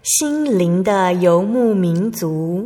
心灵的游牧民族。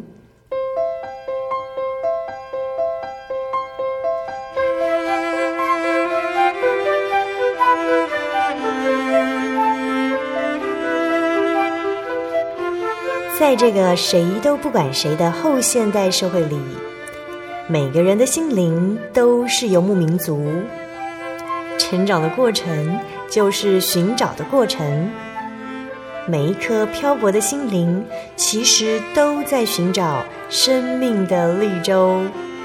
在这个谁都不管谁的后现代社会里，每个人的心灵都是游牧民族。成长的过程就是寻找的过程，每一颗漂泊的心灵其实都在寻找生命的绿洲。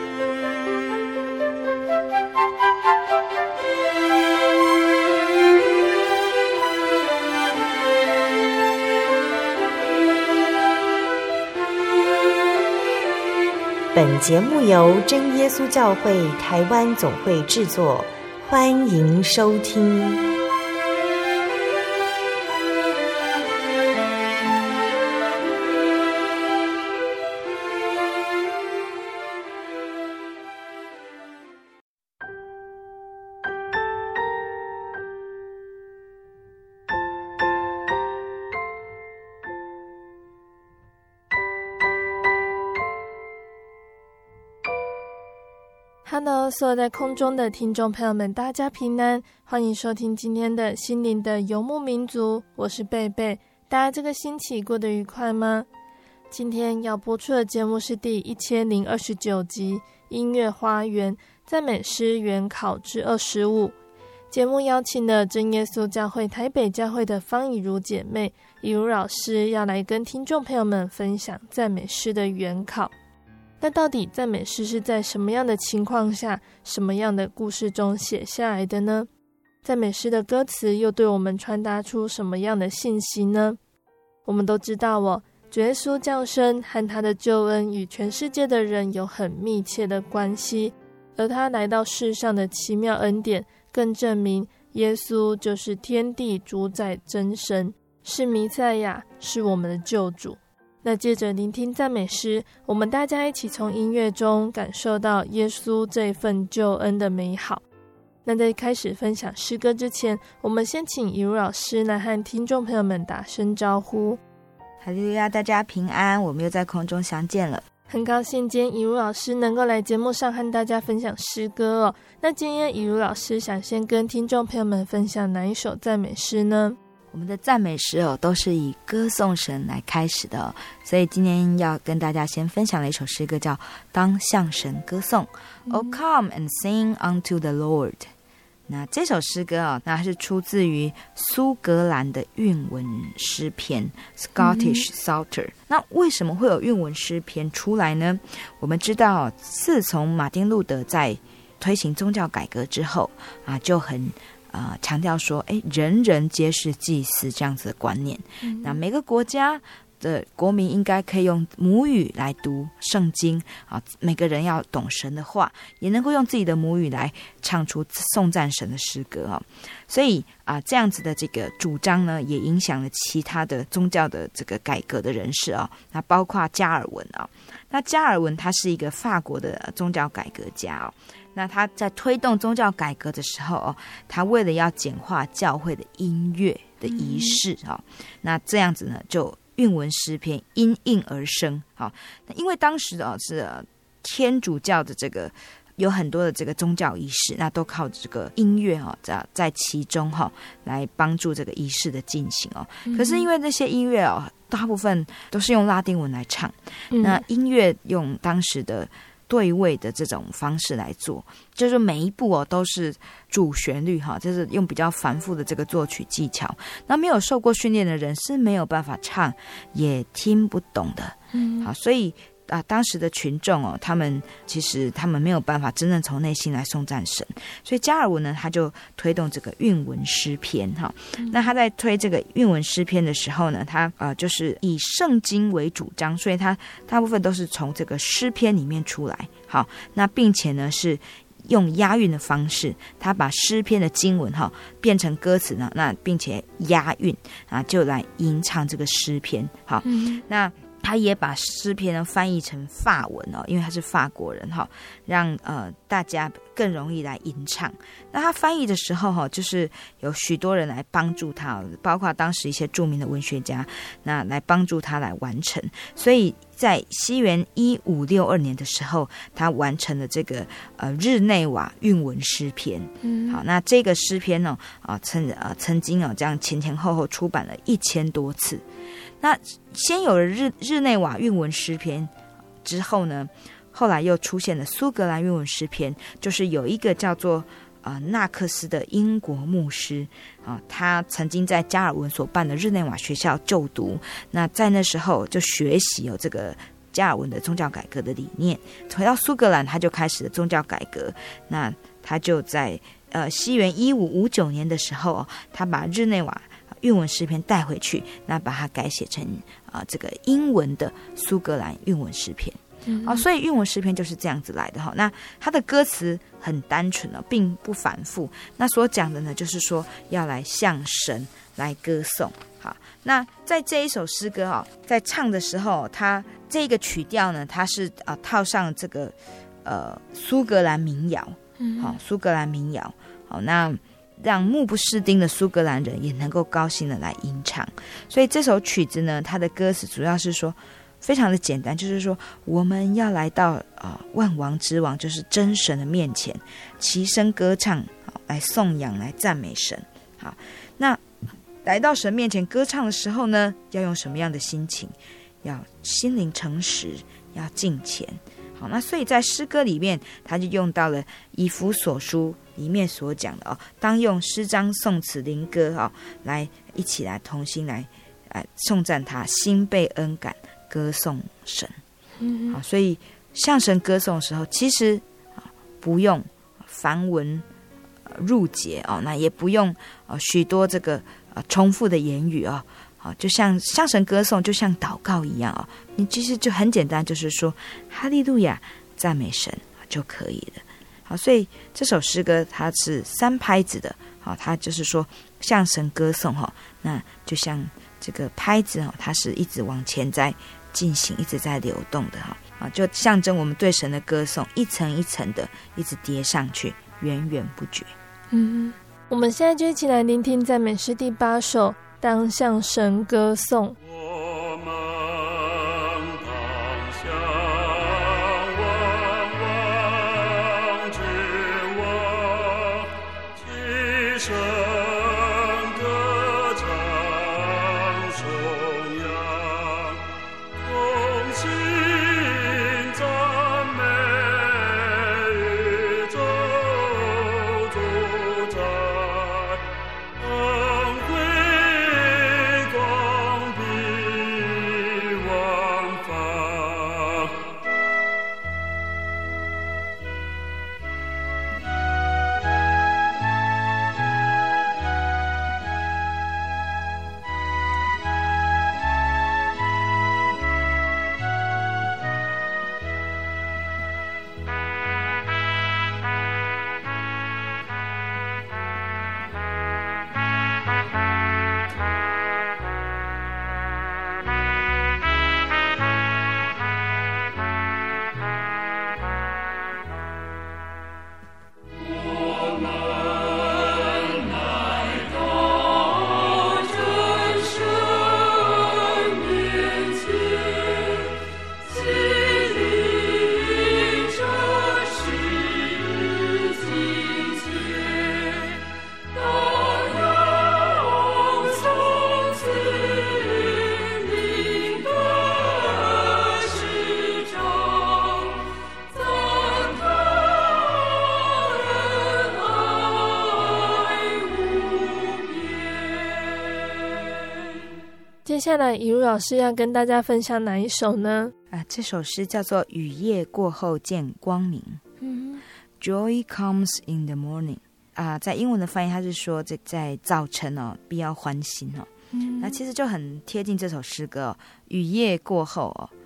本节目由真耶稣教会台湾总会制作，欢迎收听。 Hello， 所有在空中的听众朋友们，大家平安，欢迎收听今天的心灵的游牧民族，我是贝贝。大家这个星期过得愉快吗？今天要播出的节目是第1029集音乐花园赞美诗原考之25。节目邀请了真耶稣教会台北教会的方以如姐妹以如老师，要来跟听众朋友们分享赞美诗的原考。那到底赞美诗是在什么样的情况下，什么样的故事中写下来的呢？赞美诗的歌词又对我们传达出什么样的信息呢？我们都知道主耶稣降生和他的救恩与全世界的人有很密切的关系，而他来到世上的奇妙恩典更证明耶稣就是天地主宰真神，是弥赛亚，是我们的救主。那接着聆听赞美诗，我们大家一起从音乐中感受到耶稣这份救恩的美好。那在开始分享诗歌之前，我们先请以如老师来和听众朋友们打声招呼。 哈利路亚，大家平安，我们又在空中相见了。 很高兴今天以如老师能够来节目上和大家分享诗歌那今天以如老师想先跟听众朋友们分享哪一首赞美诗呢？ 我们的赞美诗都是以歌颂神来开始的所以今天要跟大家先分享的一首诗歌叫当向神歌颂Oh come and sing unto the Lord。 那这首诗歌那是出自于苏格兰的韵文诗篇 Scottish Psalter。 那为什么会有韵文诗篇出来呢？我们知道自从马丁路德在推行宗教改革之后就很强调说人人皆是祭司这样子的观念。那每个国家的国民应该可以用母语来读圣经每个人要懂神的话，也能够用自己的母语来唱出颂赞神的诗歌所以这样子的这个主张呢，也影响了其他的宗教的这个改革的人士那包括加尔文那加尔文他是一个法国的宗教改革家那他在推动宗教改革的时候他为了要简化教会的音乐的仪式那这样子呢，就韵文诗篇因应而生那因为当时是天主教的这个有很多的这个宗教仪式，那都靠这个音乐在其中来帮助这个仪式的进行可是因为这些音乐大部分都是用拉丁文来唱那音乐用当时的对位的这种方式来做，就是每一步都是主旋律就是用比较繁复的这个作曲技巧，那没有受过训练的人是没有办法唱也听不懂的所以当时的群众他们没有办法真正从内心来颂赞神，所以加尔文呢他就推动这个韵文诗篇那他在推这个韵文诗篇的时候呢，他就是以圣经为主张，所以他大部分都是从这个诗篇里面出来那并且呢是用押韵的方式，他把诗篇的经文变成歌词呢，那并且押韵就来吟唱这个诗篇那他也把诗篇呢翻译成法文因为他是法国人让大家更容易来吟唱。那他翻译的时候就是有许多人来帮助他，包括当时一些著名的文学家，那来帮助他来完成。所以在西元1562年的时候，他完成了这个日内瓦韵文诗篇。好，那这个诗篇呢曾经这样前前后后出版了1000多次。那先有了日内瓦韵文诗篇之后呢，后来又出现了苏格兰韵文诗篇，就是有一个叫做纳克斯的英国牧师他曾经在加尔文所办的日内瓦学校就读，那在那时候就学习有这个加尔文的宗教改革的理念。回到苏格兰，他就开始了宗教改革。那他就在西元1559年的时候他把日内瓦韵文诗篇带回去，那把它改写成这个英文的苏格兰韵文诗篇。所以韵文诗篇就是这样子来的那它的歌词很单纯并不反复。那所讲的呢，就是说要来向神来歌颂。好，那在这一首诗歌在唱的时候，它这个曲调呢，它是套上这个苏格兰民谣。苏格兰民谣。好，那让目不识丁的苏格兰人也能够高兴的来吟唱。所以这首曲子呢，它的歌词主要是说非常的简单，就是说我们要来到万王之王，就是真神的面前，齐声歌唱，来颂扬，来赞美神。好，那来到神面前歌唱的时候呢，要用什么样的心情？要心灵诚实，要敬虔。好，那所以在诗歌里面，他就用到了以弗所书里面所讲的当用诗章、颂词、灵歌来一起来同心来颂赞他，心被恩感，歌颂神。好，所以向神歌颂的时候，其实不用繁文缛节那也不用许多这个重复的言语就像向神歌颂，就像祷告一样你其实就很简单，就是说哈利路亚，赞美神就可以了。好，所以这首诗歌它是3拍子的。好，它就是说向神歌颂那就像这个拍子它是一直往前在进行，一直在流动的就象征我们对神的歌颂一层一层的一直叠上去，源源不绝。 我们现在就一起来聆听赞美诗第8首，当向神歌颂。 我们当向万王之王，齐声歌唱颂扬，同心赞美宇宙主宰。 接下来以如老师要跟大家分享哪一首呢？ 这首诗叫做雨夜过后见光明。Joy comes in the morning。在英文的翻译它是说在早晨必要欢欣那其实就很贴近这首诗歌雨夜过后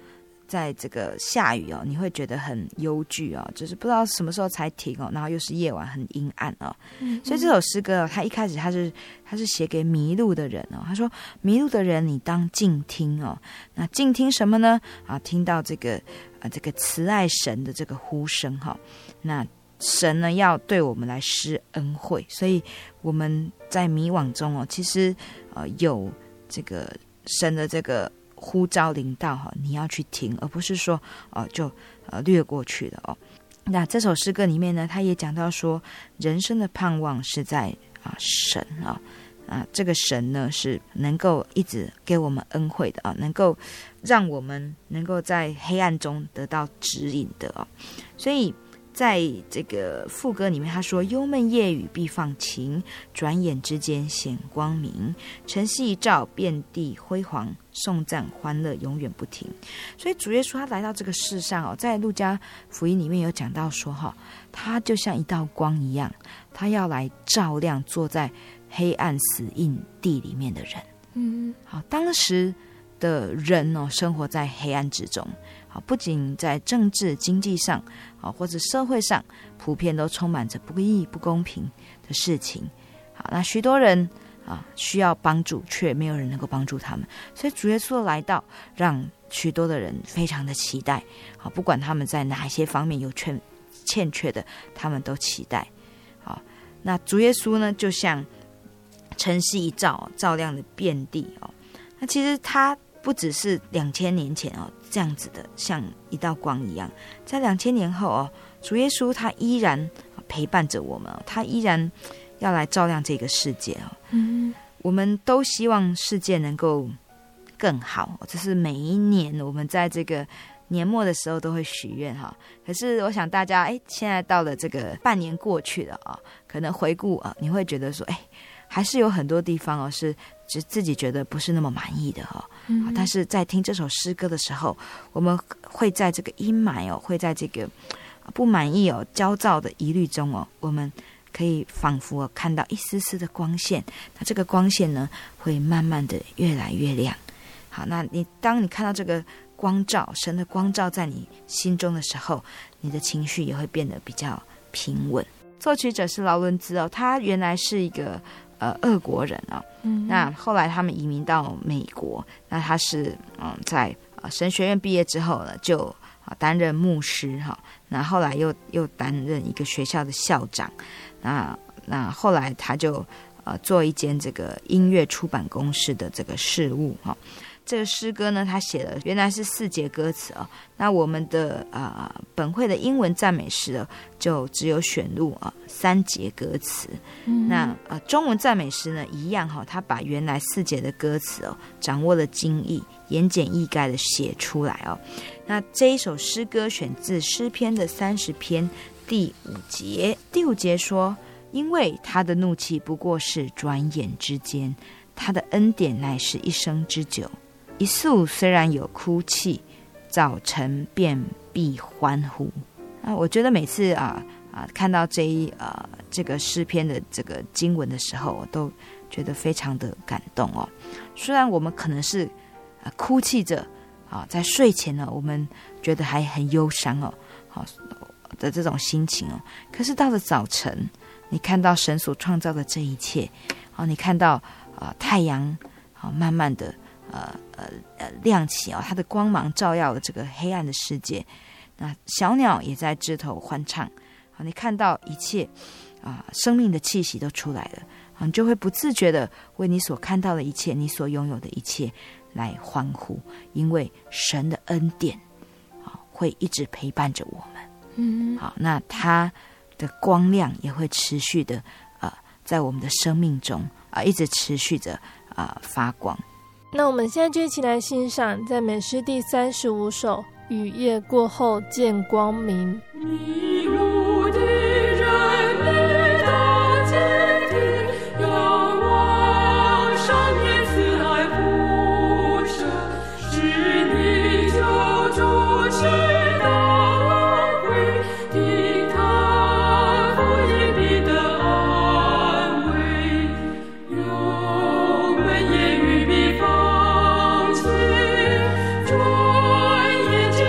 在这个下雨哦，你会觉得很忧惧哦，就是不知道什么时候才停哦，然后又是夜晚很阴暗哦。所以这首诗歌哦，它一开始它是写给迷路的人哦。他说：“迷路的人，你当静听哦。那静听什么呢？啊，听到这个慈爱神的这个呼声哈。那神呢要对我们来施恩惠，所以我们在迷惘中哦，其实有这个神的这个呼召临到哈，你要去听，而不是说就略过去了哦。那这首诗歌里面呢，他也讲到说，人生的盼望是在神啊，这个神呢是能够一直给我们恩惠的啊，能够让我们能够在黑暗中得到指引的哦。所以在这个副歌里面他说，幽闷夜雨必放晴，转眼之间显光明，晨曦一照，遍地辉煌，颂赞欢乐永远不停。所以主耶稣他来到这个世上哦，在路加福音里面有讲到说他就像一道光一样，他要来照亮坐在黑暗死荫地里面的人。好，当时的人哦，生活在黑暗之中，不仅在政治经济上或者社会上普遍都充满着不义不公平的事情。好，那许多人需要帮助，却没有人能够帮助他们，所以主耶稣的来到让许多的人非常的期待。好，不管他们在哪一些方面有欠缺的，他们都期待。好，那主耶稣呢就像晨曦一照，照亮了遍地哦。那其实他不只是2000年前这样子的像一道光一样，在2000年后主耶稣他依然陪伴着我们他依然要来照亮这个世界我们都希望世界能够更好，这是每一年我们在这个年末的时候都会许愿可是我想大家现在到了这个半年过去了可能回顾你会觉得说还是有很多地方是自己觉得不是那么满意的但是在听这首诗歌的时候，我们会在这个阴霾会在这个不满意焦躁的疑虑中我们可以仿佛看到一丝丝的光线，那这个光线呢会慢慢的越来越亮。好，那当你看到这个光照，神的光照在你心中的时候，你的情绪也会变得比较平稳。作曲者是劳伦兹他原来是一个俄国人那后来他们移民到美国，那他是在神学院毕业之后呢，就担任牧师那后来又担任一个学校的校长，那后来他就做一间这个音乐出版公司的这个事务这个诗歌呢，他写了原来是4节歌词那我们的本会的英文赞美诗就只有选入3节歌词那中文赞美诗呢一样他把原来4节的歌词掌握了精义，言简意赅的写出来那这一首诗歌选自诗篇的30篇第5节。第5节说，因为他的怒气不过是转眼之间，他的恩典乃是一生之久。一宿虽然有哭泣，早晨便必欢呼。我觉得每次看到这个诗篇的这个经文的时候，我都觉得非常的感动虽然我们可能是哭泣着在睡前呢，我们觉得还很忧伤的这种心情可是到了早晨，你看到神所创造的这一切你看到太阳慢慢的亮起它的光芒照耀了这个黑暗的世界，那小鸟也在枝头欢唱你看到一切生命的气息都出来了你就会不自觉的为你所看到的一切，你所拥有的一切来欢呼，因为神的恩典会一直陪伴着我们好，那他的光亮也会持续的在我们的生命中一直持续着发光。 那我们现在就一起来欣赏赞美诗第35首，雨夜过后见光明。 迷路的人你当坚定，仰望上面慈爱不舍，是你救主是大会，听他福音里的安慰，幽闷夜雨必放晴，转眼之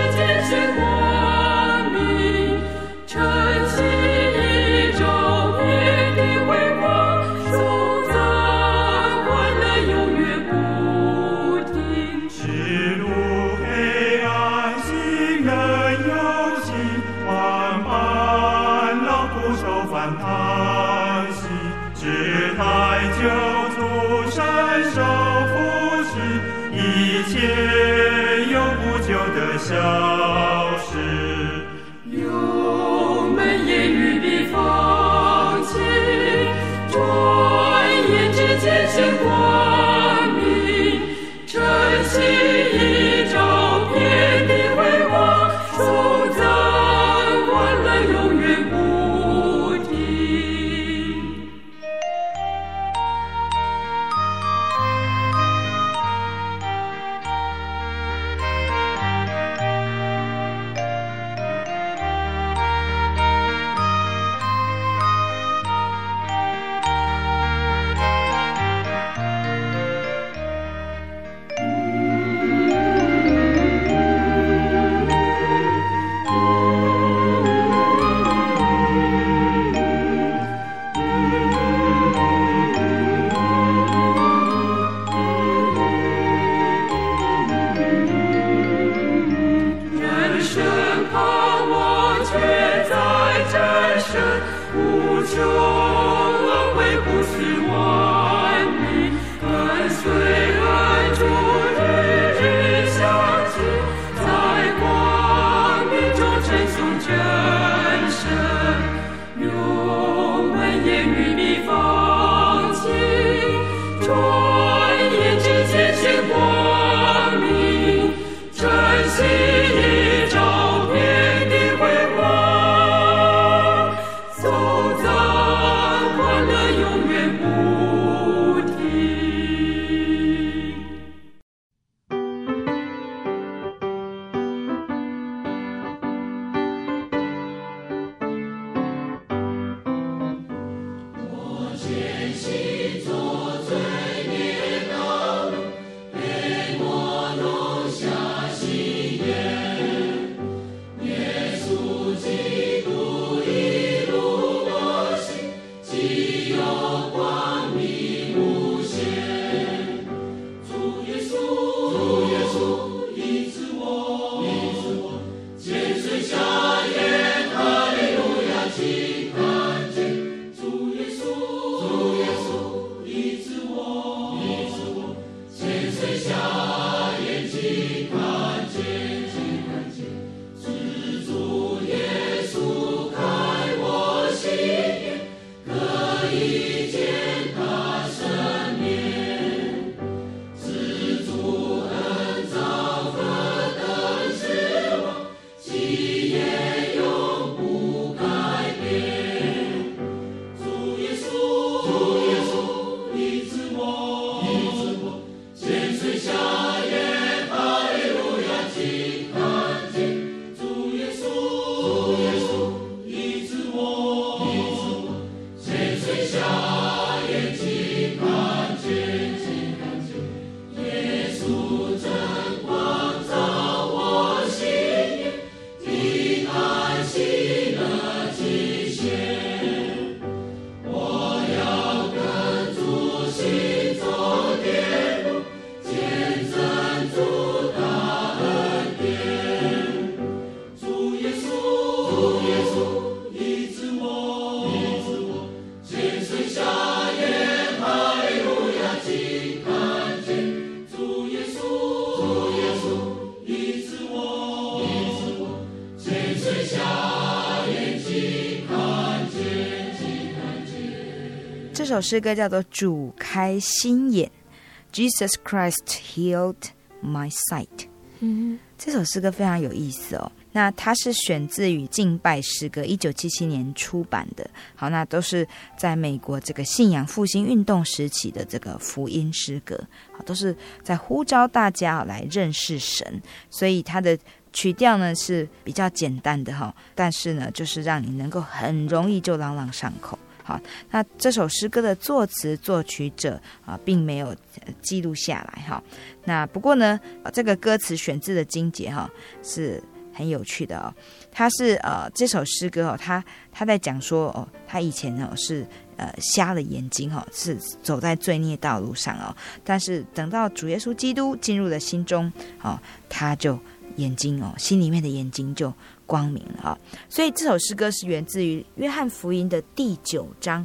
消失。 流门言语的放弃，转眼之间显光明，晨曦一照，遍地辉煌，颂赞欢乐永远不停。人生盼望却在战胜，无穷恩惠不死万民，跟随恩主日日相亲，在光明中称颂真神，用文言语的放弃，转眼之间显光明，晨曦一照，遍地辉煌，颂赞欢乐永远不停。 这首诗歌叫做《主开心眼》 Jesus Christ healed my sight。这首诗歌非常有意思哦。那它是选自于敬拜诗歌，1977年出版的。好，那都是在美国这个信仰复兴运动时期的这个福音诗歌，好，都是在呼召大家来认识神。所以它的曲调呢是比较简单的哈，但是呢就是让你能够很容易就朗朗上口。好，那这首诗歌的作词作曲者并没有记录下来哈。那不过呢，这个歌词选自的经节哈是很有趣的哦。他是这首诗歌哦，他在讲说哦，他以前哦是瞎了眼睛哦，是走在罪孽道路上哦，但是等到主耶稣基督进入了心中哦，他就眼睛哦，心里面的眼睛就光明了啊。所以这首诗歌是源自于约翰福音的第9章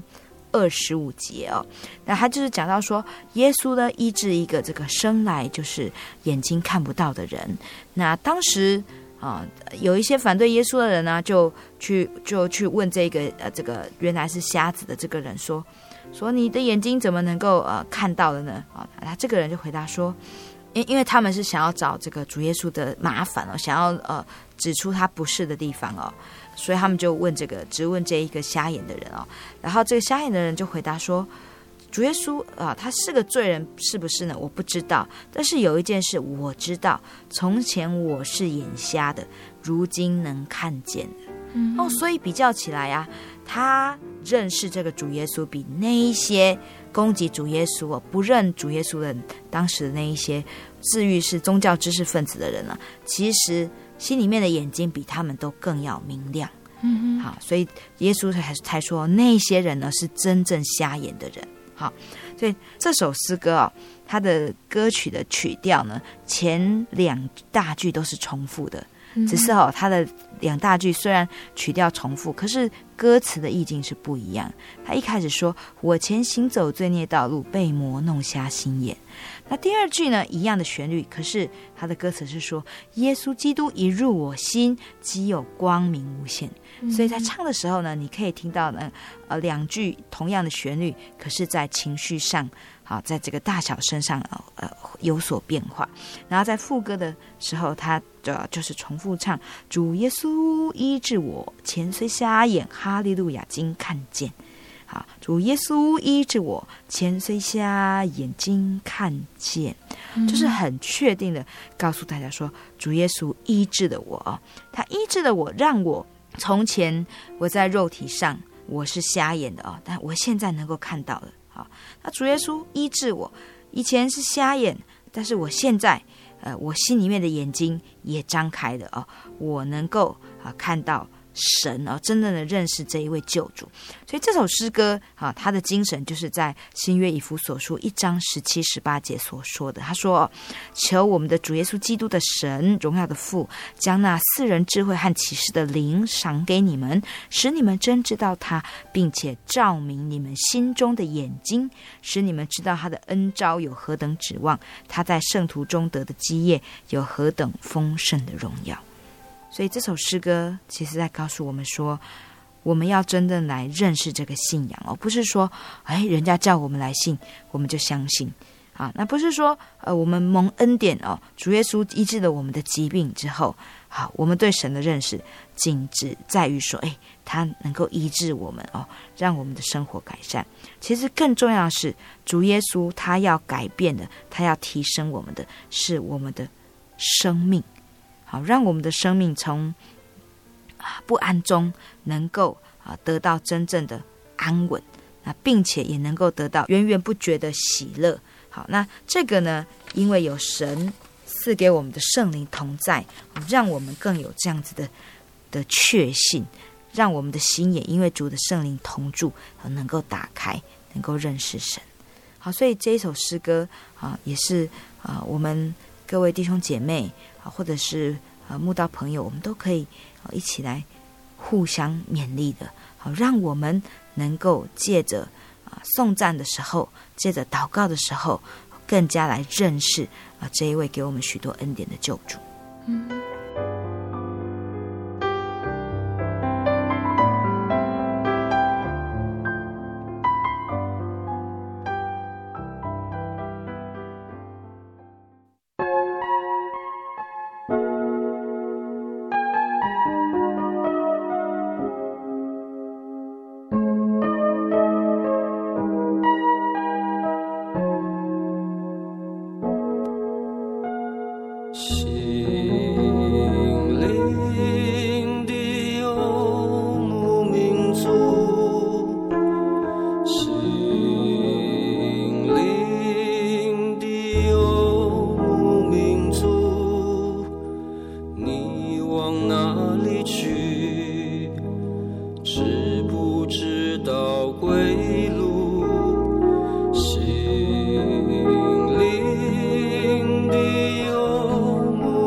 25节哦。那他就是讲到说，耶稣呢医治一个这个生来就是眼睛看不到的人。那当时有一些反对耶稣的人呢，就去问这个原来是瞎子的这个人说你的眼睛怎么能够看到了呢？他这个人就回答说，因为他们是想要找这个主耶稣的麻烦哦，想要指出他不是的地方哦，所以他们就质问这一个瞎眼的人哦。然后这个瞎眼的人就回答说，主耶稣他是个罪人是不是呢？我不知道，但是有一件事我知道，从前我是眼瞎的，如今能看见的。所以比较起来啊，他认识这个主耶稣，比那一些攻击主耶稣不认主耶稣的当时的那一些自喻是宗教知识分子的人呢，其实心里面的眼睛比他们都更要明亮。好，所以耶稣才说那些人呢是真正瞎眼的人。好，所以这首诗歌它的歌曲的曲调呢，前2大句都是重复的，只是它的2大句虽然曲调重复，可是歌词的意境是不一样。他一开始说，我前行走罪孽道路，被魔弄瞎心眼。那第2句呢，一样的旋律，可是他的歌词是说，耶稣基督一入我心，即有光明无限。所以在唱的时候呢，你可以听到呢2句同样的旋律，可是在情绪上在这个大小声上有所变化。然后在副歌的时候，他就是重复唱，主耶稣医治我，前虽瞎眼，哈利路亚今看见。好，主耶稣医治我，前虽瞎眼睛看见，就是很确定的告诉大家说，主耶稣医治了我，他医治了我，让我从前我在肉体上我是瞎眼的但我现在能够看到了。好，那主耶稣医治我，以前是瞎眼，但是我现在我心里面的眼睛也张开了我能够看到神真正的认识这一位救主。所以这首诗歌它的精神就是在新约以弗所书1章17、18节所说的。他说，求我们的主耶稣基督的神，荣耀的父，将那赐人智慧和启示的灵赏给你们，使你们真知道他，并且照明你们心中的眼睛，使你们知道他的恩召有何等指望，他在圣徒中得的基业有何等丰盛的荣耀。所以这首诗歌其实在告诉我们说，我们要真正来认识这个信仰不是说人家叫我们来信我们就相信那不是说我们蒙恩典主耶稣医治了我们的疾病之后，好，我们对神的认识仅只在于说他能够医治我们让我们的生活改善。其实更重要的是，主耶稣他要改变的，他要提升我们的是我们的生命。好，让我们的生命从不安中能够得到真正的安稳，并且也能够得到源源不绝的喜乐。好，那这个呢，因为有神赐给我们的圣灵同在，让我们更有这样子的确信，让我们的心也因为主的圣灵同住能够打开，能够认识神。好，所以这一首诗歌也是我们各位弟兄姐妹或者是慕道朋友，我们都可以一起来互相勉励的，让我们能够借着颂赞的时候，借着祷告的时候，更加来认识这一位给我们许多恩典的救主。 心灵的游牧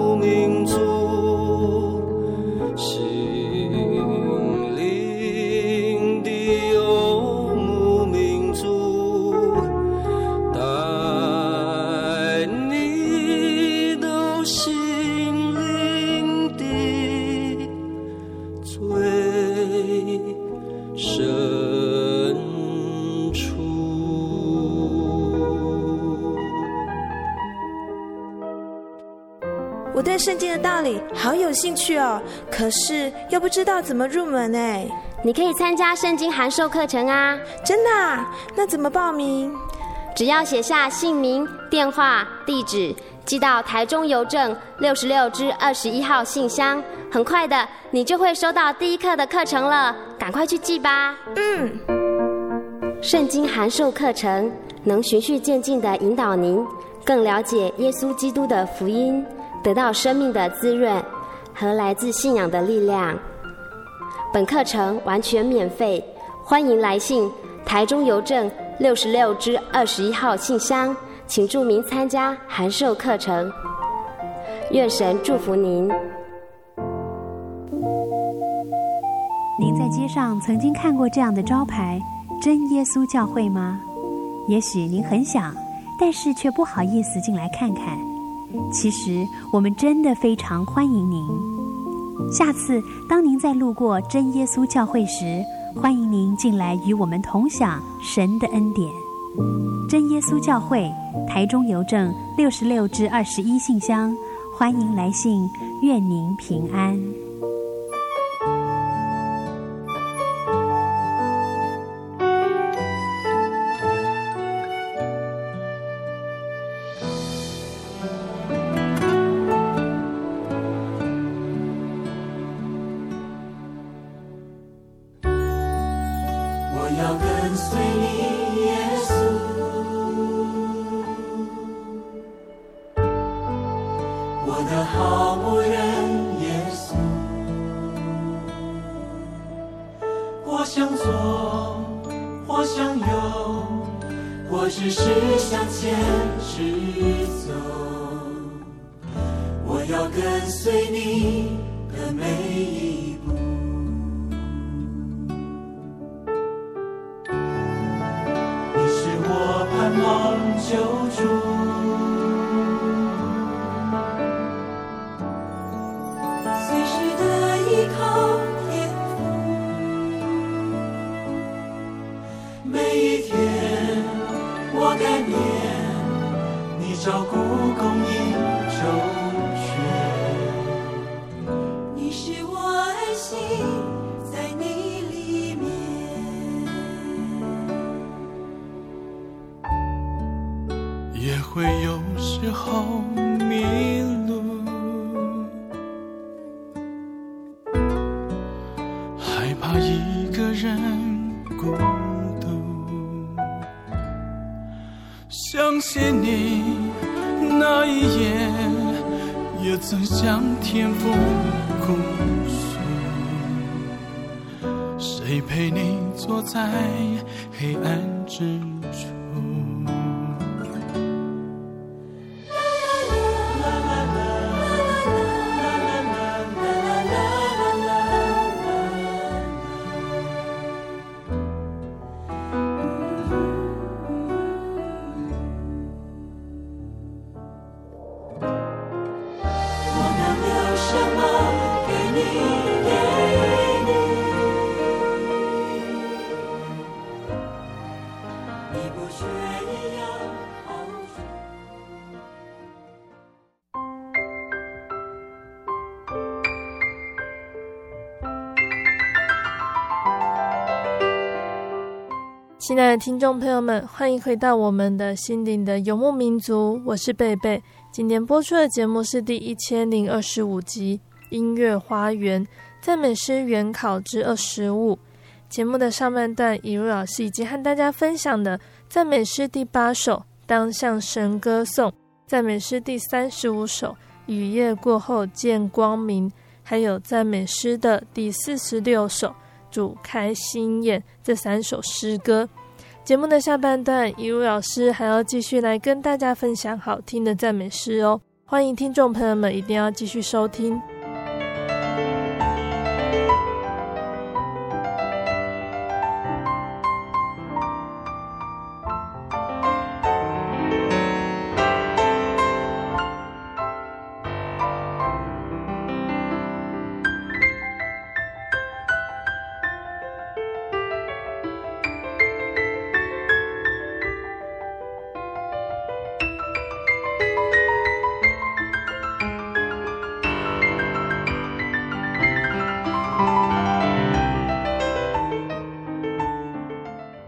我对圣经的道理好有兴趣哦，可是又不知道怎么入门哎。 你可以参加圣经函授课程啊。 真的啊？那怎么报名？ 只要写下姓名、电话、地址，寄到台中邮政66支21号信箱，很快的你就会收到第一课的课程了，赶快去寄吧。圣经函授课程能循序渐进地引导您更了解耶稣基督的福音，得到生命的滋润和来自信仰的力量。本课程完全免费，欢迎来信台中邮政66支21号信箱，请注明参加函授课程。愿神祝福您。 您在街上曾经看过这样的招牌“真耶稣教会”吗？也许您很想，但是却不好意思进来看看。其实我们真的非常欢迎您。下次当您在路过真耶稣教会时，欢迎您进来与我们同享神的恩典。真耶稣教会，台中邮政66支21信箱，欢迎来信，愿您平安。 也会有时候迷路，害怕一个人孤独，相信你那一夜也曾向天父哭诉，谁陪你坐在黑暗之处？ 亲爱的听众朋友们，欢迎回到我们的心灵的游牧民族，我是贝贝。今天播出的节目是第1025集音乐花园赞美诗原考之25。节目的上半段，以如老师已经和大家分享的赞美诗第8首当向神歌颂，赞美诗第35首雨夜过后见光明，还有赞美诗的第46首主开心眼，这3首诗歌。节目的下半段，以如老师还要继续来跟大家分享好听的赞美诗哦，欢迎听众朋友们一定要继续收听。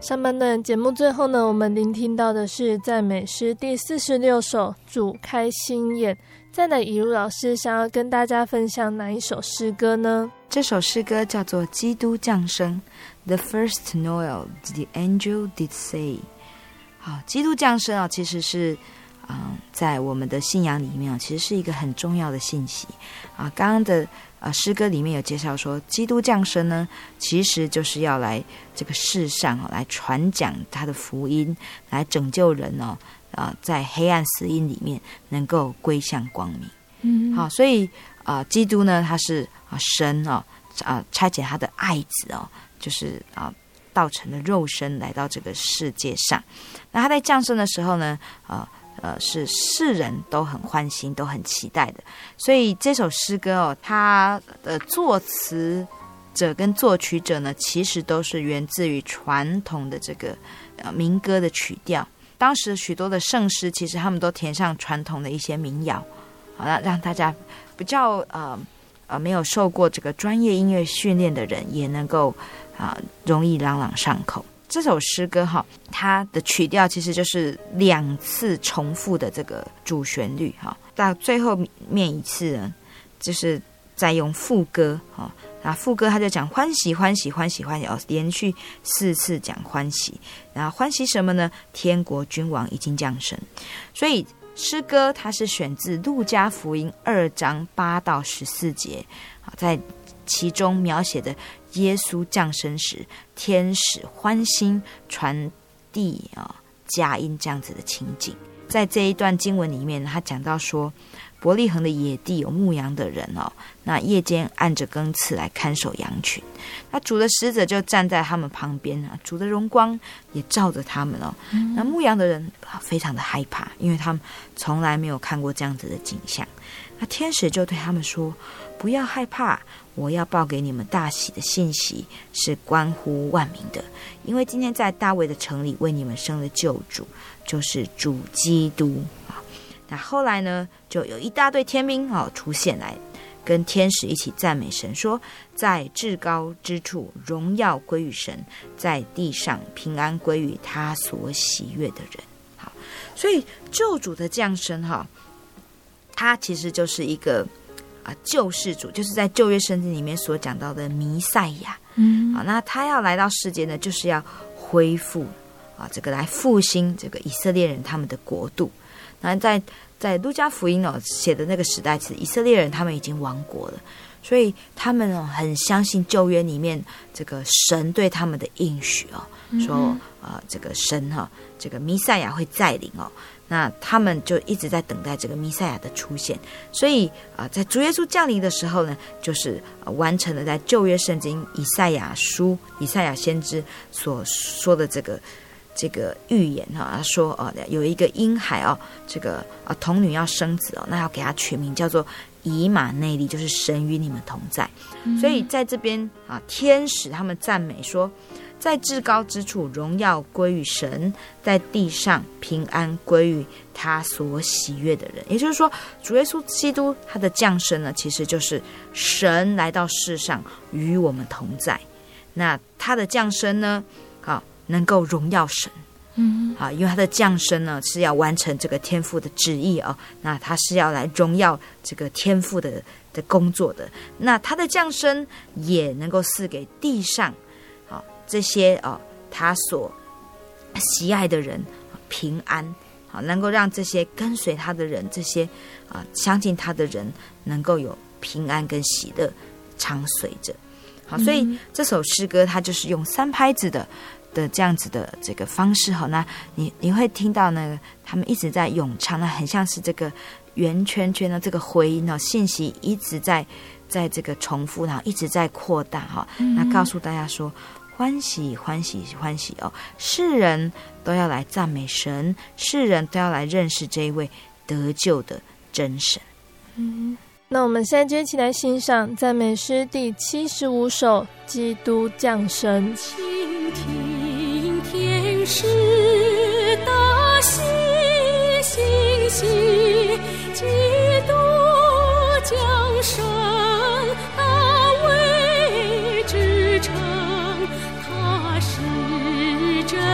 上半段节目最后呢，我们聆听到的是赞美诗第46首主开心眼。再来，以如老师想要跟大家分享哪一首诗歌呢？ 这首诗歌叫做基督降生 The first Noel the angel did say。 好，基督降生其实是在我们的信仰里面其实是一个很重要的信息刚刚的诗歌里面有介绍说，基督降生呢，其实就是要来这个世上来传讲他的福音，来拯救人在黑暗死荫里面能够归向光明。好，所以基督呢，他是神差遣他的爱子就是道成了肉身来到这个世界上。那他在降生的时候呢，是世人都很欢心，都很期待的。所以这首诗歌它的作词者跟作曲者呢，其实都是源自于传统的这个民歌的曲调。当时许多的圣诗，其实他们都填上传统的一些民谣，让大家比较没有受过这个专业音乐训练的人也能够容易朗朗上口。这首诗歌它的曲调其实就是2次重复的这个主旋律到最后面一次呢，就是再用副歌副歌他就讲欢喜欢喜欢喜欢喜连续4次讲欢喜。然后欢喜什么呢？天国君王已经降生。所以诗歌它是选自路加福音2章8到14节，在其中描写的耶稣降生时天使欢欣传递佳音这样子的情景。在这一段经文里面，他讲到说，伯利恒的野地有牧羊的人那夜间按着更次来看守羊群，那主的使者就站在他们旁边主的荣光也照着他们那牧羊的人非常的害怕，因为他们从来没有看过这样子的景象。那天使就对他们说，不要害怕，我要报给你们大喜的信息，是关乎万民的，因为今天在大卫的城里为你们生了救主，就是主基督。那后来呢，就有一大队天兵出现来，跟天使一起赞美神，说在至高之处荣耀归于神，在地上平安归于他所喜悦的人。好，所以救主的降生他其实就是一个救世主，就是在旧约圣经里面所讲到的弥赛亚。那他要来到世界呢，就是要恢复这个来复兴这个以色列人他们的国度。那在路加福音写的那个时代，其实以色列人他们已经亡国了，所以他们很相信旧约里面这个神对他们的应许说这个神这个弥赛亚会再临那他们就一直在等待这个弥赛亚的出现。所以在主耶稣降临的时候呢，就是完成了在旧约圣经以赛亚先知所说的这个预言说有一个婴孩这个童女要生子那要给他取名叫做以马内利，就是神与你们同在。所以在这边天使他们赞美说，在至高之处荣耀归于神，在地上平安归于他所喜悦的人。也就是说，主耶稣基督他的降生呢，其实就是神来到世上与我们同在。那他的降生呢能够荣耀神，因为他的降生呢是要完成这个天父的旨意那他是要来荣耀这个天父的工作的。那他的降生也能够赐给地上这些他所喜爱的人平安，能够让这些跟随他的人，这些相信他的人能够有平安跟喜乐常随着。好，所以这首诗歌它就是用3拍子的这样子的这个方式那你会听到呢，他们一直在咏唱，那很像是这个圆圈圈的这个回音信息一直在这个重复，然后一直在扩大那告诉大家说，欢喜欢喜欢喜世人都要来赞美神，世人都要来认识这一位得救的真神。 那我们现在就一起来欣赏赞美诗第75首《基督降生》。 倾听天使大喜信息，基督降生，大卫之城，他是真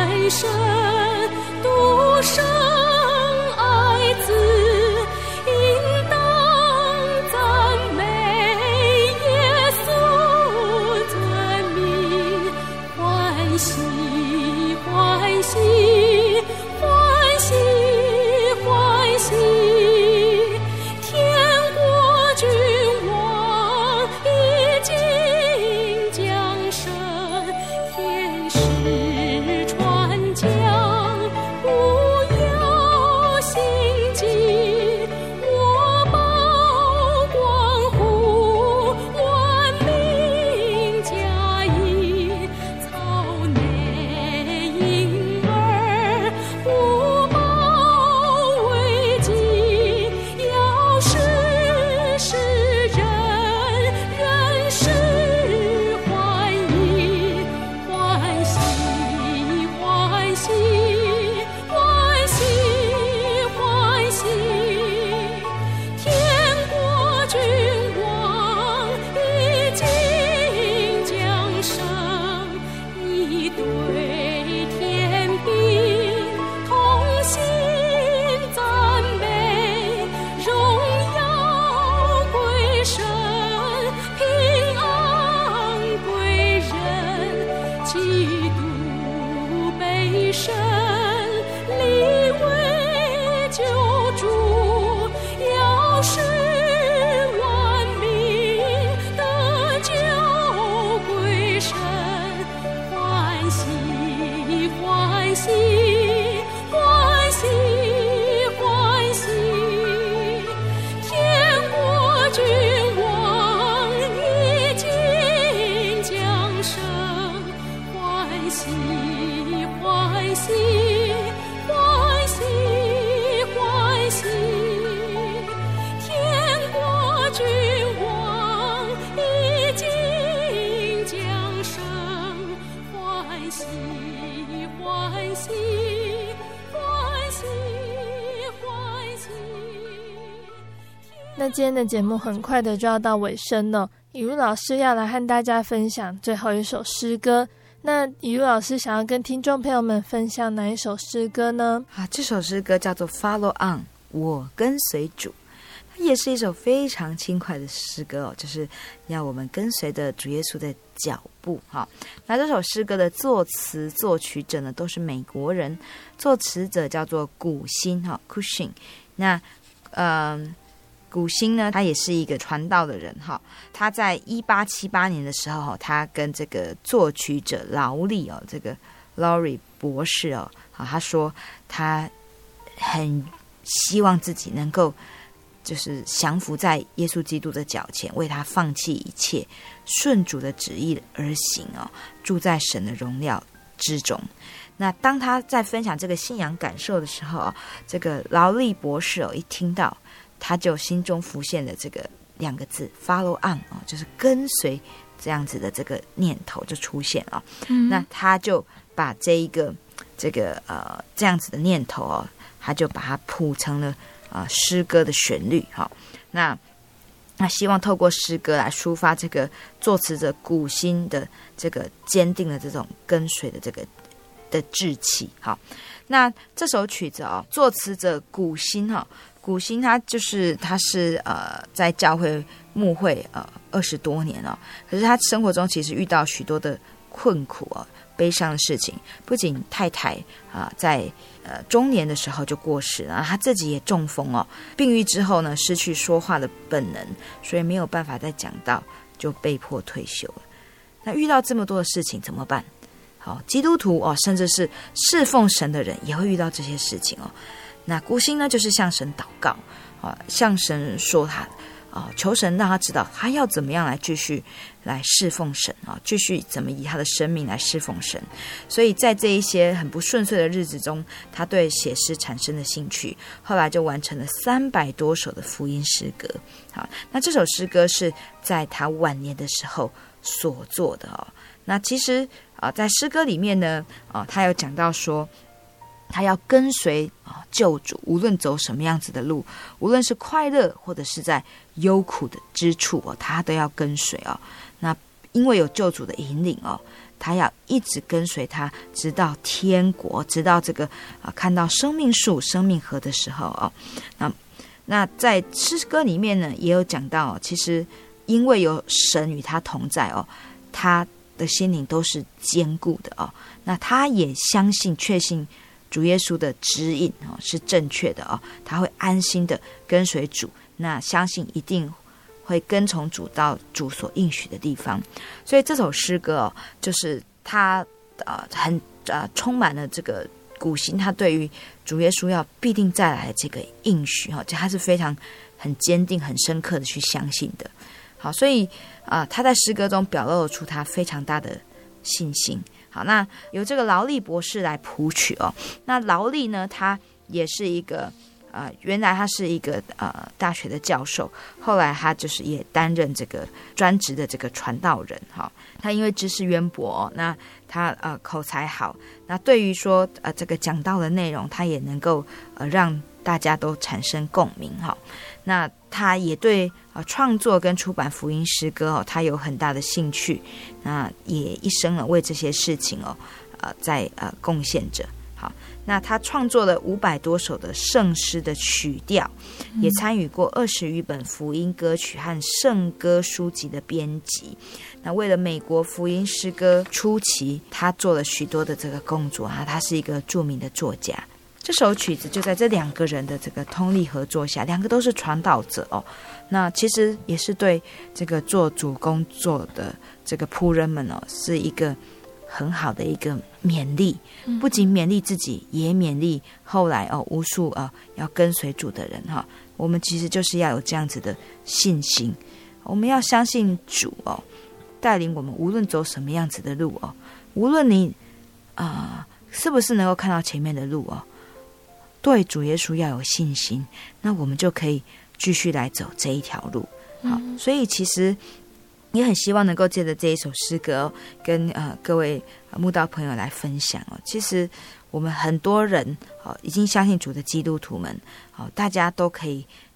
那今天的节目很快的就要到尾声了，以如老师要来和大家分享最后一首诗歌。那以如老师想要跟听众朋友们分享哪一首诗歌呢？ 这首诗歌叫做 Follow On， 我跟随主。它也是一首非常轻快的诗歌就是要我们跟随着主耶稣的脚步那这首诗歌的作词作曲者呢都是美国人，作词者叫做古新Cushing。那古新呢，他也是一个传道的人他在1878年的时候他跟这个作曲者劳力这个 Lowry 博士他说他很希望自己能够就是降服在耶稣基督的脚前，为他放弃一切，顺主的旨意而行住在神的荣耀之中。那当他在分享这个信仰感受的时候这个劳力博士一听到，他就心中浮现了这个2个字 Follow On 就是跟随这样子的这个念头就出现那他就把这样子的念头他就把它谱成了诗歌的旋律那希望透过诗歌来抒发这个作词者古新的这个坚定的这种跟随的这个的志气那这首曲子作词者古新他是在教会牧会20多年可是他生活中其实遇到许多的困苦悲伤的事情，不仅太太在中年的时候就过世了，他自己也中风病愈之后呢失去说话的本能，所以没有办法再讲道，就被迫退休了。那遇到这么多的事情怎么办？基督徒甚至是侍奉神的人也会遇到这些事情那古新呢就是向神祷告向神说他求神让他知道他要怎么样来继续来侍奉神继续怎么以他的生命来侍奉神。所以在这一些很不顺遂的日子中，他对写诗产生了兴趣，后来就完成了300多首的福音诗歌。那这首诗歌是在他晚年的时候所做的那其实在诗歌里面呢他有讲到说他要跟随救主，无论走什么样子的路，无论是快乐或者是在忧苦的之处他都要跟随那因为有救主的引领他要一直跟随他，直到天国，直到这个看到生命树、生命河的时候那在诗歌里面呢也有讲到其实因为有神与他同在他的心灵都是坚固的那他也相信确信主耶稣的指引是正确的他会安心的跟随主，那相信一定会跟从主到主所应许的地方。所以这首诗歌就是他很充满了这个古新他对于主耶稣要必定再来的这个应许他是非常很坚定很深刻的去相信的。所以他在诗歌中表露出他非常大的信心。那由这个劳力博士来谱曲那劳力呢他也是一个原来他是一个大学的教授，后来他就是也担任这个专职的这个传道人他因为知识渊博那他口才好，那对于说这个讲道的内容他也能够让大家都产生共鸣那他也对创作跟出版福音诗歌他有很大的兴趣，那也一生为这些事情在贡献着。那他创作了500多首的圣诗的曲调，也参与过20余本福音歌曲和圣歌书籍的编辑。那为了美国福音诗歌初期，他做了许多的这个工作他是一个著名的作家。这首曲子就在这2个人的这个通力合作下，2个都是传道者那其实也是对这个做主工作的这个仆人们是一个很好的一个勉励，不仅勉励自己，也勉励后来无数要跟随主的人我们其实就是要有这样子的信心，我们要相信主带领我们，无论走什么样子的路无论你是不是能够看到前面的路对主耶稣要有信心，那我们就可以继续来走这一条路。所以其实也很希望能够借着这一首诗歌跟各位慕道朋友来分享其实我们很多人已经相信主的基督徒们大家都可以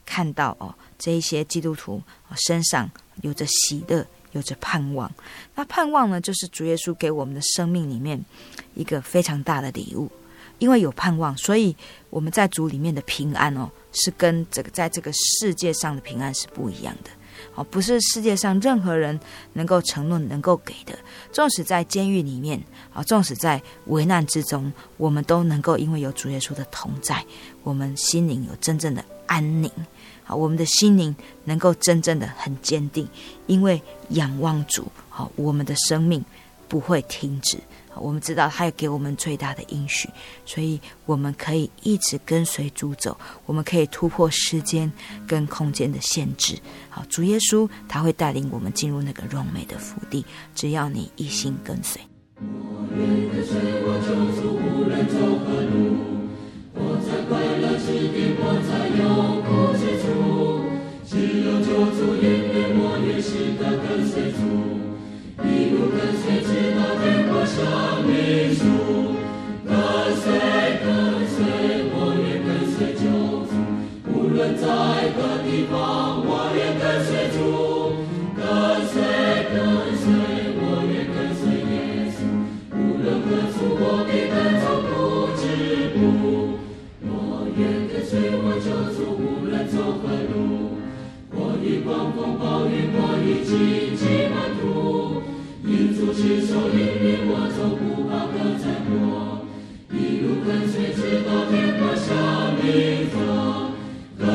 看到这一些基督徒身上有着喜乐，有着盼望。那盼望呢，就是主耶稣给我们的生命里面一个非常大的礼物。因为有盼望，所以我们在主里面的平安是跟在这个世界上的平安是不一样的。不是世界上任何人能够承诺能够给的。纵使在监狱里面，纵使在危难之中，我们都能够因为有主耶稣的同在，我们心灵有真正的安宁。我们的心灵能够真正的很坚定，因为仰望主，我们的生命不会停止。我们知道他有给我们最大的应许，所以我们可以一直跟随主走，我们可以突破时间跟空间的限制。主耶稣他会带领我们进入那个荣美的福地，只要你一心跟随。 我愿跟随我救主，无论走何路，我在快乐之地，我在有苦之处，只有救主引领我，也是的跟随主，一路跟随直到天国生命树，跟随，我愿跟随救主，无论在何地方，我愿跟随主，跟随，我愿跟随耶稣，无论何处我必跟从不止步，我愿跟随我救主，无论走何路，我以狂风暴雨，我以荆棘满途，因主持手引领我走，不怕可灾祸，一路跟随直到天国生命中，跟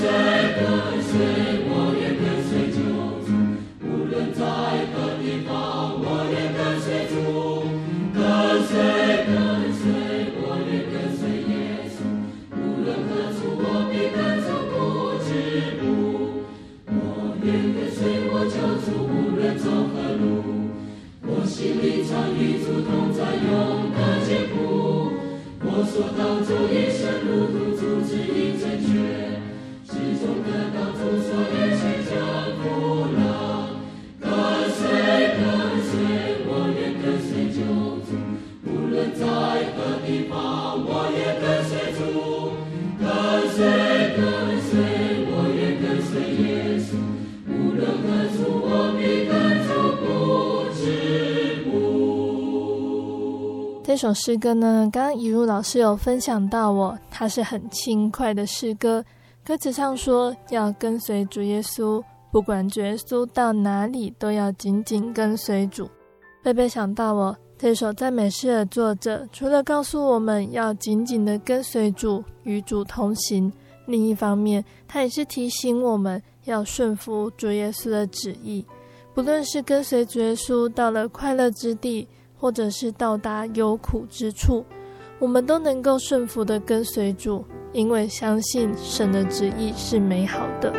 随，我愿跟随救主，无论在何地方，我愿跟随主，跟随，我愿跟随耶稣，无论何处我必跟从不止步，我愿跟随我救主，无论走何路，我心里常与主同在，永得坚固，我所当走一生路途，主指引正确，始终得到主所应许征服了，跟随，我愿跟随救主，无论在何地方，我愿跟随主，跟随，我愿跟随耶稣，无论何处我必跟从不止步。 这首诗歌呢，刚刚怡如老师有分享到它是很轻快的诗歌，歌词上说要跟随主耶稣，不管主耶稣到哪里，都要紧紧跟随主。贝贝想到这首赞美诗的作者除了告诉我们要紧紧的跟随主，与主同行，另一方面他也是提醒我们要顺服主耶稣的旨意，不论是跟随主耶稣到了快乐之地，或者是到达有苦之处，我们都能够顺服的跟随主，因为相信神的旨意是美好的。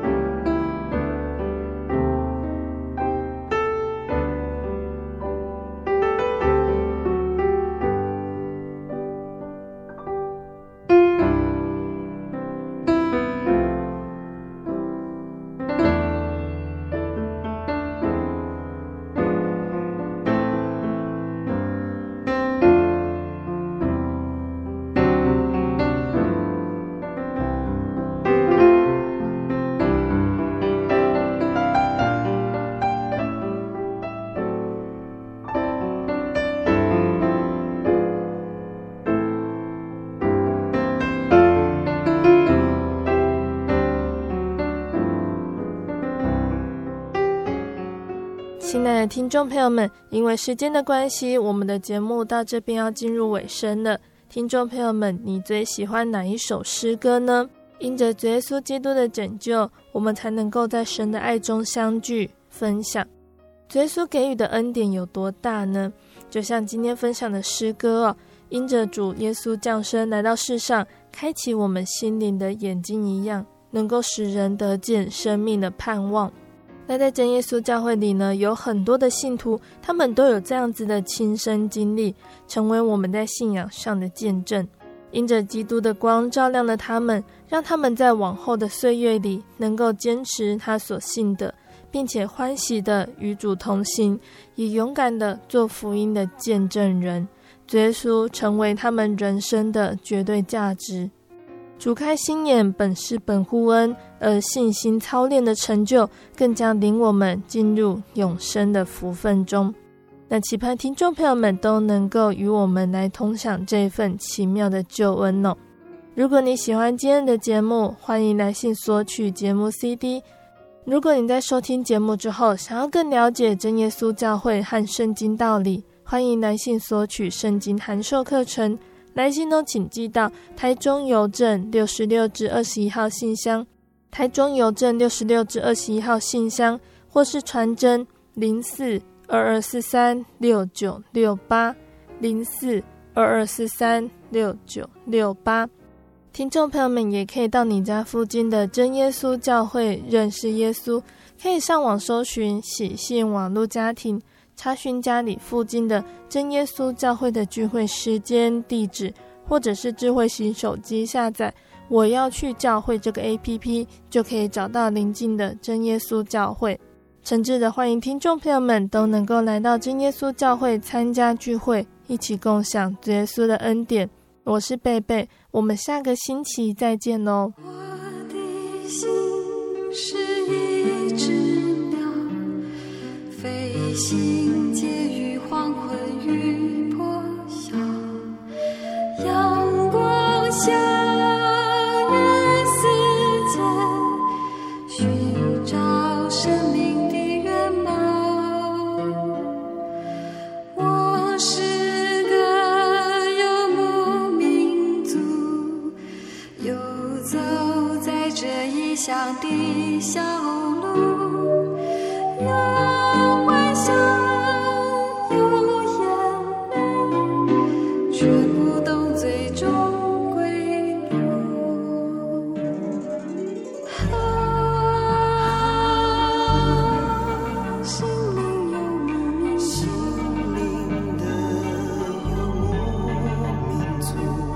亲爱的听众朋友们，因为时间的关系，我们的节目到这边要进入尾声了。听众朋友们，你最喜欢哪一首诗歌呢？因着主耶稣基督的拯救，我们才能够在神的爱中相聚分享。主耶稣给予的恩典有多大呢？就像今天分享的诗歌因着主耶稣降生来到世上，开启我们心灵的眼睛一样，能够使人得见生命的盼望。那在真耶稣教会里呢，有很多的信徒，他们都有这样子的亲身经历，成为我们在信仰上的见证。因着基督的光照亮了他们，让他们在往后的岁月里能够坚持他所信的，并且欢喜的与主同行，也勇敢的做福音的见证人。主耶稣成为他们人生的绝对价值。 主开心眼本是本乎恩，而信心操练的成就更将领我们进入永生的福分中。那期盼听众朋友们都能够与我们来同享这份奇妙的救恩哦。如果你喜欢今天的节目，欢迎来信索取节目 CD。如果你在收听节目之后想要更了解真耶稣教会和圣经道理，欢迎来信索取圣经函授课程。来信都请寄到台中邮政66-21号信箱，台中邮政66-21号信箱，或是传真04-2243-6968 04-2243-6968。听众朋友们也可以到你家附近的真耶稣教会认识耶稣，可以上网搜寻喜信网络家庭，查询家里附近的真耶稣教会的聚会时间、地址，或者是智慧型手机下载我要去教会这个 APP， 就可以找到邻近的真耶稣教会。诚挚的欢迎听众朋友们都能够来到真耶稣教会参加聚会，一起共享主耶稣的恩典。我是贝贝，我们下个星期再见哦。 我的心是一只鸟，飞行介于黄昏与破晓，阳光下与世界寻找生命的原貌。我是个游牧民族，游走在这异乡的小路，有欢笑，有眼泪，却不懂最终归路。心灵游牧民族，心灵的游牧民族。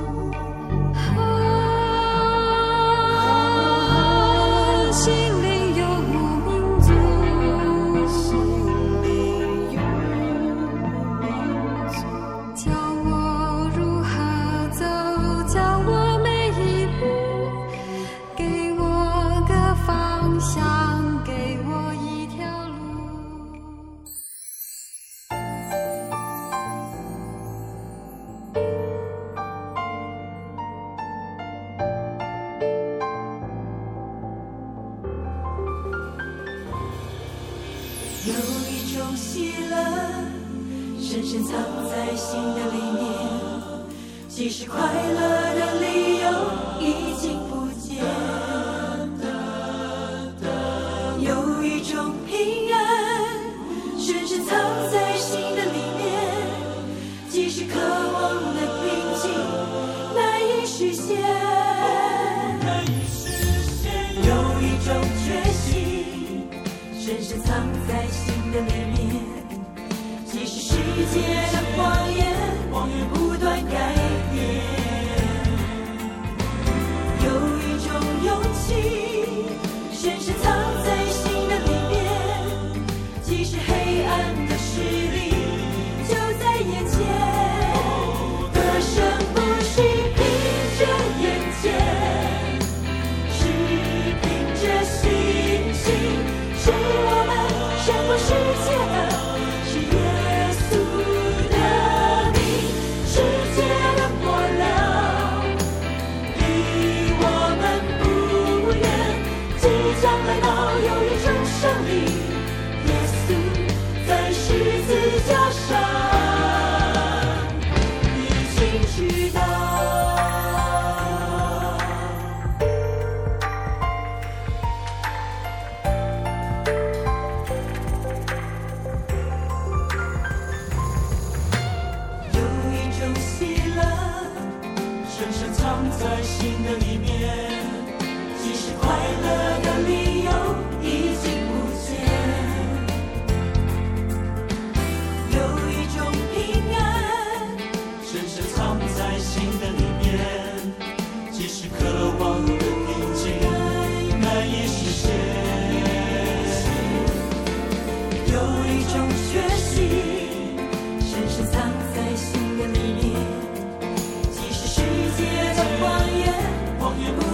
心灵游牧民族，心灵游牧民族，教我如何走，教我每一步，给我个方向，给我一条路。 有一种喜乐，深深藏在心的里面，即使快乐的理由已经不见。有一种平安，深深藏在心的里面，即使渴望的平静难以实现。有一种决心，深深藏在心的里面，即使世界的谎言不断改变。有一种勇气，深深藏在心的里面，即使黑暗的势力就在眼前。得胜不是凭着眼见，是凭着信心，是我们胜过世界的，是耶稣的名，世界的末了离我们不远，即将来到有一种胜利，耶稣在十字架上已经知道。有一种喜乐，深深藏在心的里面，即使快乐的理由已经不见。有一种平安，深深藏在心的里面，即使渴望的平静难以实现。有一种决心，深深藏在心的里面，即使世界的谎言不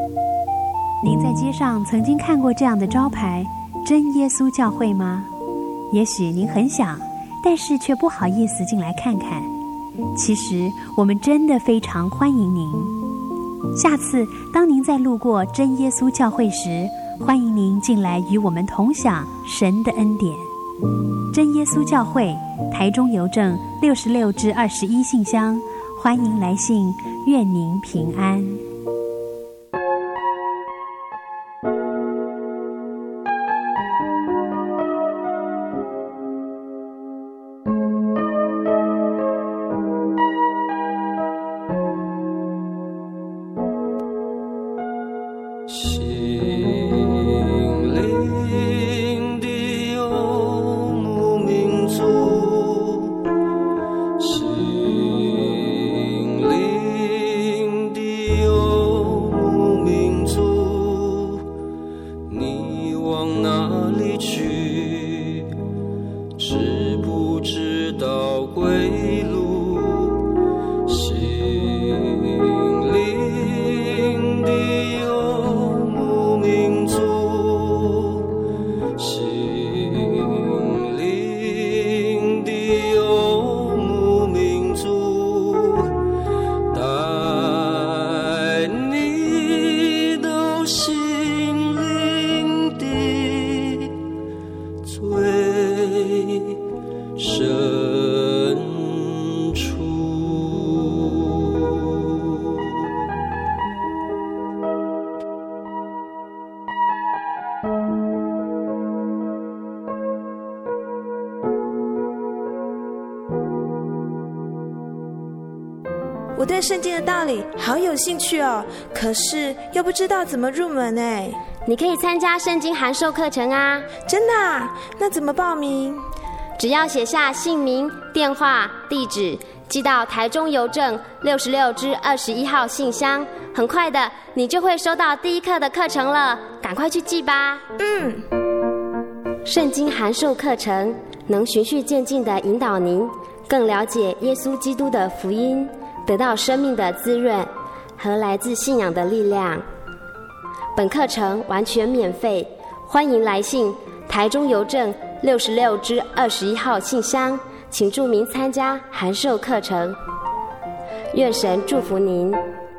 您在街上曾经看过这样的招牌“真耶稣教会”吗？也许您很想，但是却不好意思进来看看。其实我们真的非常欢迎您。下次当您在路过真耶稣教会时，欢迎您进来与我们同享神的恩典。真耶稣教会，台中邮政66-21信箱，欢迎来信，愿您平安。 我对圣经的道理好有兴趣哦，可是又不知道怎么入门哎。 你可以参加圣经函授课程啊。 真的啊？那怎么报名？ 只要写下姓名、电话、地址，寄到台中邮政66-21号信箱，很快的你就会收到第一课的课程了，赶快去寄吧。圣经函授课程能循序渐进地引导您更了解耶稣基督的福音，得到生命的滋润和来自信仰的力量。本课程完全免费，欢迎来信台中邮政66-21号信箱，请注明参加函授课程。愿神祝福您。